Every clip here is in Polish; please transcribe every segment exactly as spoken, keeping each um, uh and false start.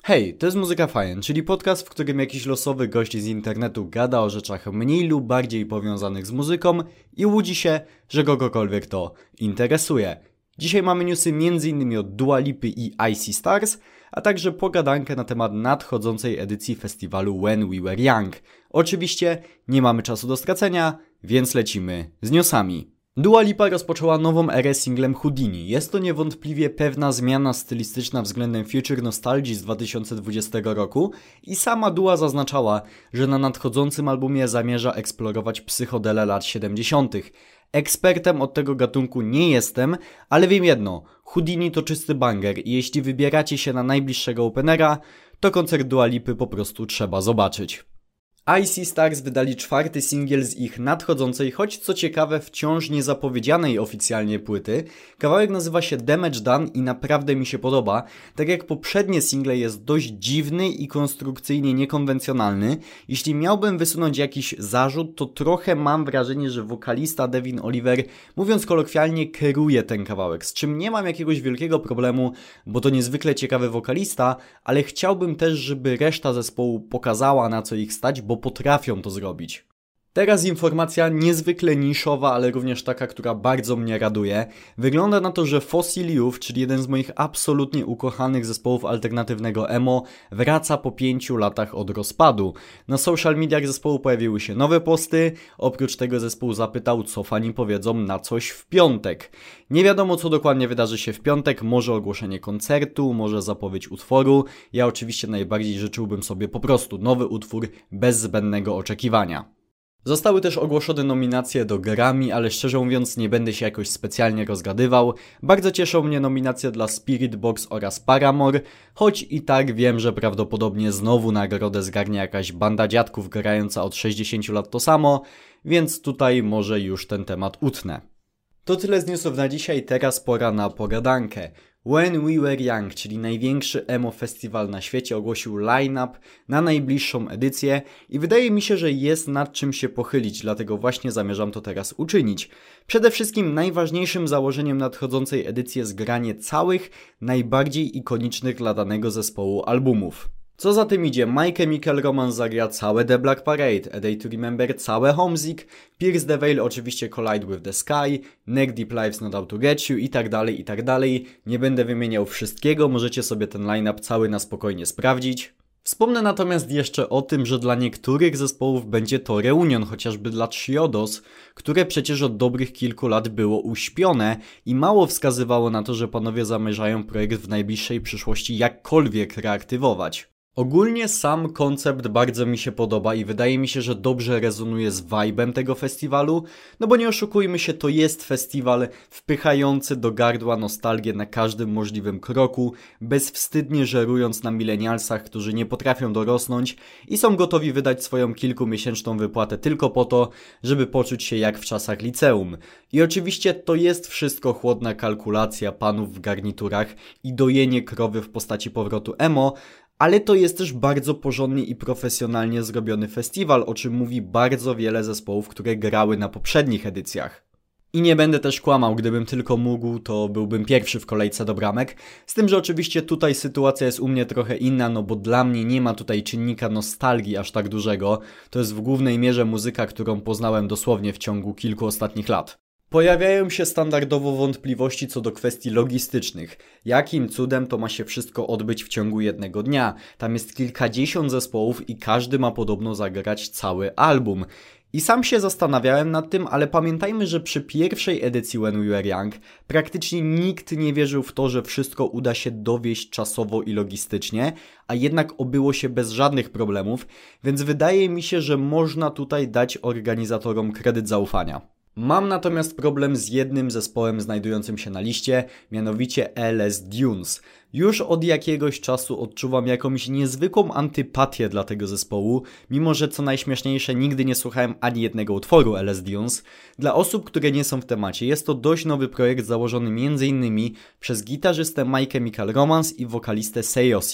Hej, to jest Muzyka Fajn, czyli podcast, w którym jakiś losowy gość z internetu gada o rzeczach mniej lub bardziej powiązanych z muzyką i łudzi się, że kogokolwiek to interesuje. Dzisiaj mamy newsy między innymi od Dua Lipy i I C Stars, a także pogadankę na temat nadchodzącej edycji festiwalu When We Were Young. Oczywiście nie mamy czasu do stracenia, więc lecimy z newsami. Dua Lipa rozpoczęła nową erę singlem Houdini. Jest to niewątpliwie pewna zmiana stylistyczna względem Future Nostalgia z dwa tysiące dwudziestego roku i sama Dua zaznaczała, że na nadchodzącym albumie zamierza eksplorować psychodele lat siedemdziesiątych. Ekspertem od tego gatunku nie jestem, ale wiem jedno, Houdini to czysty banger i jeśli wybieracie się na najbliższego openera, to koncert Dua Lipy po prostu trzeba zobaczyć. I C Stars wydali czwarty singiel z ich nadchodzącej, choć co ciekawe wciąż niezapowiedzianej oficjalnie płyty. Kawałek nazywa się Damage Done i naprawdę mi się podoba. Tak jak poprzednie single jest dość dziwny i konstrukcyjnie niekonwencjonalny. Jeśli miałbym wysunąć jakiś zarzut, to trochę mam wrażenie, że wokalista Devin Oliver, mówiąc kolokwialnie, kieruje ten kawałek. Z czym nie mam jakiegoś wielkiego problemu, bo to niezwykle ciekawy wokalista, ale chciałbym też, żeby reszta zespołu pokazała, na co ich stać, bo potrafią to zrobić. Teraz informacja niezwykle niszowa, ale również taka, która bardzo mnie raduje. Wygląda na to, że Fossil Youth, czyli jeden z moich absolutnie ukochanych zespołów alternatywnego emo, wraca po pięciu latach od rozpadu. Na social mediach zespołu pojawiły się nowe posty, oprócz tego zespół zapytał, co fani powiedzą na coś w piątek. Nie wiadomo, co dokładnie wydarzy się w piątek, może ogłoszenie koncertu, może zapowiedź utworu. Ja oczywiście najbardziej życzyłbym sobie po prostu nowy utwór bez zbędnego oczekiwania. Zostały też ogłoszone nominacje do Grammy, ale szczerze mówiąc nie będę się jakoś specjalnie rozgadywał. Bardzo cieszą mnie nominacje dla Spirit Box oraz Paramore, choć i tak wiem, że prawdopodobnie znowu nagrodę zgarnie jakaś banda dziadków grająca od sześćdziesięciu lat to samo, więc tutaj może już ten temat utnę. To tyle z newsów na dzisiaj, teraz pora na pogadankę. When We Were Young, czyli największy emo festiwal na świecie, ogłosił line-up na najbliższą edycję i wydaje mi się, że jest nad czym się pochylić, dlatego właśnie zamierzam to teraz uczynić. Przede wszystkim najważniejszym założeniem nadchodzącej edycji jest granie całych, najbardziej ikonicznych dla danego zespołu albumów. Co za tym idzie, My Chemical Romance zagra całe The Black Parade, A Day to Remember całe Homesick, Pierce the Veil oczywiście Collide with the Sky, Neck Deep Life's Not Out to Get You i tak dalej, i tak dalej. Nie będę wymieniał wszystkiego, możecie sobie ten line-up cały na spokojnie sprawdzić. Wspomnę natomiast jeszcze o tym, że dla niektórych zespołów będzie to reunion, chociażby dla Triodos, które przecież od dobrych kilku lat było uśpione i mało wskazywało na to, że panowie zamierzają projekt w najbliższej przyszłości jakkolwiek reaktywować. Ogólnie sam koncept bardzo mi się podoba i wydaje mi się, że dobrze rezonuje z vibe'em tego festiwalu, no bo nie oszukujmy się, to jest festiwal wpychający do gardła nostalgię na każdym możliwym kroku, bezwstydnie żerując na milenialsach, którzy nie potrafią dorosnąć i są gotowi wydać swoją kilkumiesięczną wypłatę tylko po to, żeby poczuć się jak w czasach liceum. I oczywiście to jest wszystko chłodna kalkulacja panów w garniturach i dojenie krowy w postaci powrotu emo, ale to jest też bardzo porządnie i profesjonalnie zrobiony festiwal, o czym mówi bardzo wiele zespołów, które grały na poprzednich edycjach. I nie będę też kłamał, gdybym tylko mógł, to byłbym pierwszy w kolejce do bramek. Z tym, że oczywiście tutaj sytuacja jest u mnie trochę inna, no bo dla mnie nie ma tutaj czynnika nostalgii aż tak dużego. To jest w głównej mierze muzyka, którą poznałem dosłownie w ciągu kilku ostatnich lat. Pojawiają się standardowo wątpliwości co do kwestii logistycznych. Jakim cudem to ma się wszystko odbyć w ciągu jednego dnia? Tam jest kilkadziesiąt zespołów i każdy ma podobno zagrać cały album. I sam się zastanawiałem nad tym, ale pamiętajmy, że przy pierwszej edycji When We Were Young praktycznie nikt nie wierzył w to, że wszystko uda się dowieść czasowo i logistycznie, a jednak obyło się bez żadnych problemów, więc wydaje mi się, że można tutaj dać organizatorom kredyt zaufania. Mam natomiast problem z jednym zespołem znajdującym się na liście, mianowicie L S Dunes. Już od jakiegoś czasu odczuwam jakąś niezwykłą antypatię dla tego zespołu, mimo że co najśmieszniejsze nigdy nie słuchałem ani jednego utworu L S Dunes. Dla osób, które nie są w temacie, jest to dość nowy projekt założony między innymi przez gitarzystę My Chemical Romance i wokalistę Seosin.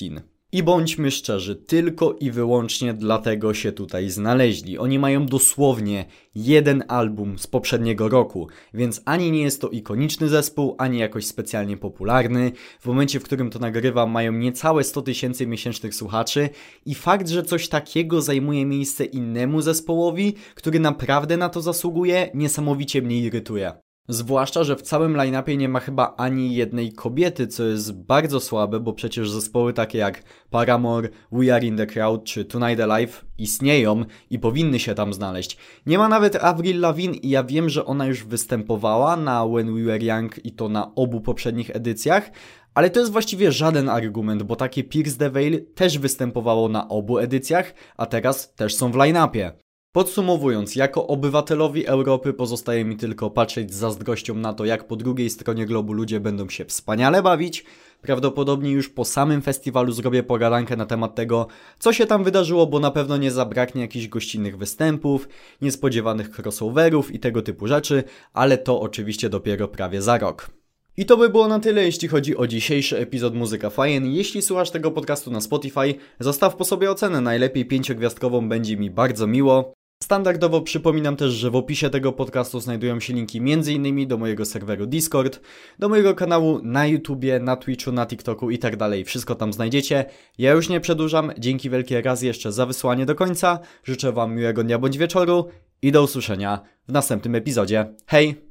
I bądźmy szczerzy, tylko i wyłącznie dlatego się tutaj znaleźli. Oni mają dosłownie jeden album z poprzedniego roku, więc ani nie jest to ikoniczny zespół, ani jakoś specjalnie popularny. W momencie, w którym to nagrywam, mają niecałe sto tysięcy miesięcznych słuchaczy i fakt, że coś takiego zajmuje miejsce innemu zespołowi, który naprawdę na to zasługuje, niesamowicie mnie irytuje. Zwłaszcza, że w całym line-upie nie ma chyba ani jednej kobiety, co jest bardzo słabe, bo przecież zespoły takie jak Paramore, We Are In The Crowd czy Tonight Alive istnieją i powinny się tam znaleźć. Nie ma nawet Avril Lavigne i ja wiem, że ona już występowała na When We Were Young i to na obu poprzednich edycjach, ale to jest właściwie żaden argument, bo takie Pierce the Veil też występowało na obu edycjach, a teraz też są w line-upie. Podsumowując, jako obywatelowi Europy pozostaje mi tylko patrzeć z zazdrością na to, jak po drugiej stronie globu ludzie będą się wspaniale bawić. Prawdopodobnie już po samym festiwalu zrobię pogadankę na temat tego, co się tam wydarzyło, bo na pewno nie zabraknie jakichś gościnnych występów, niespodziewanych crossoverów i tego typu rzeczy, ale to oczywiście dopiero prawie za rok. I to by było na tyle, jeśli chodzi o dzisiejszy epizod Muzyka Fajen. Jeśli słuchasz tego podcastu na Spotify, zostaw po sobie ocenę, najlepiej pięciogwiazdkową, będzie mi bardzo miło. Standardowo przypominam też, że w opisie tego podcastu znajdują się linki między innymi do mojego serweru Discord, do mojego kanału na YouTubie, na Twitchu, na TikToku i tak dalej. Wszystko tam znajdziecie. Ja już nie przedłużam. Dzięki wielkie raz jeszcze za wysłanie do końca. Życzę Wam miłego dnia bądź wieczoru i do usłyszenia w następnym epizodzie. Hej!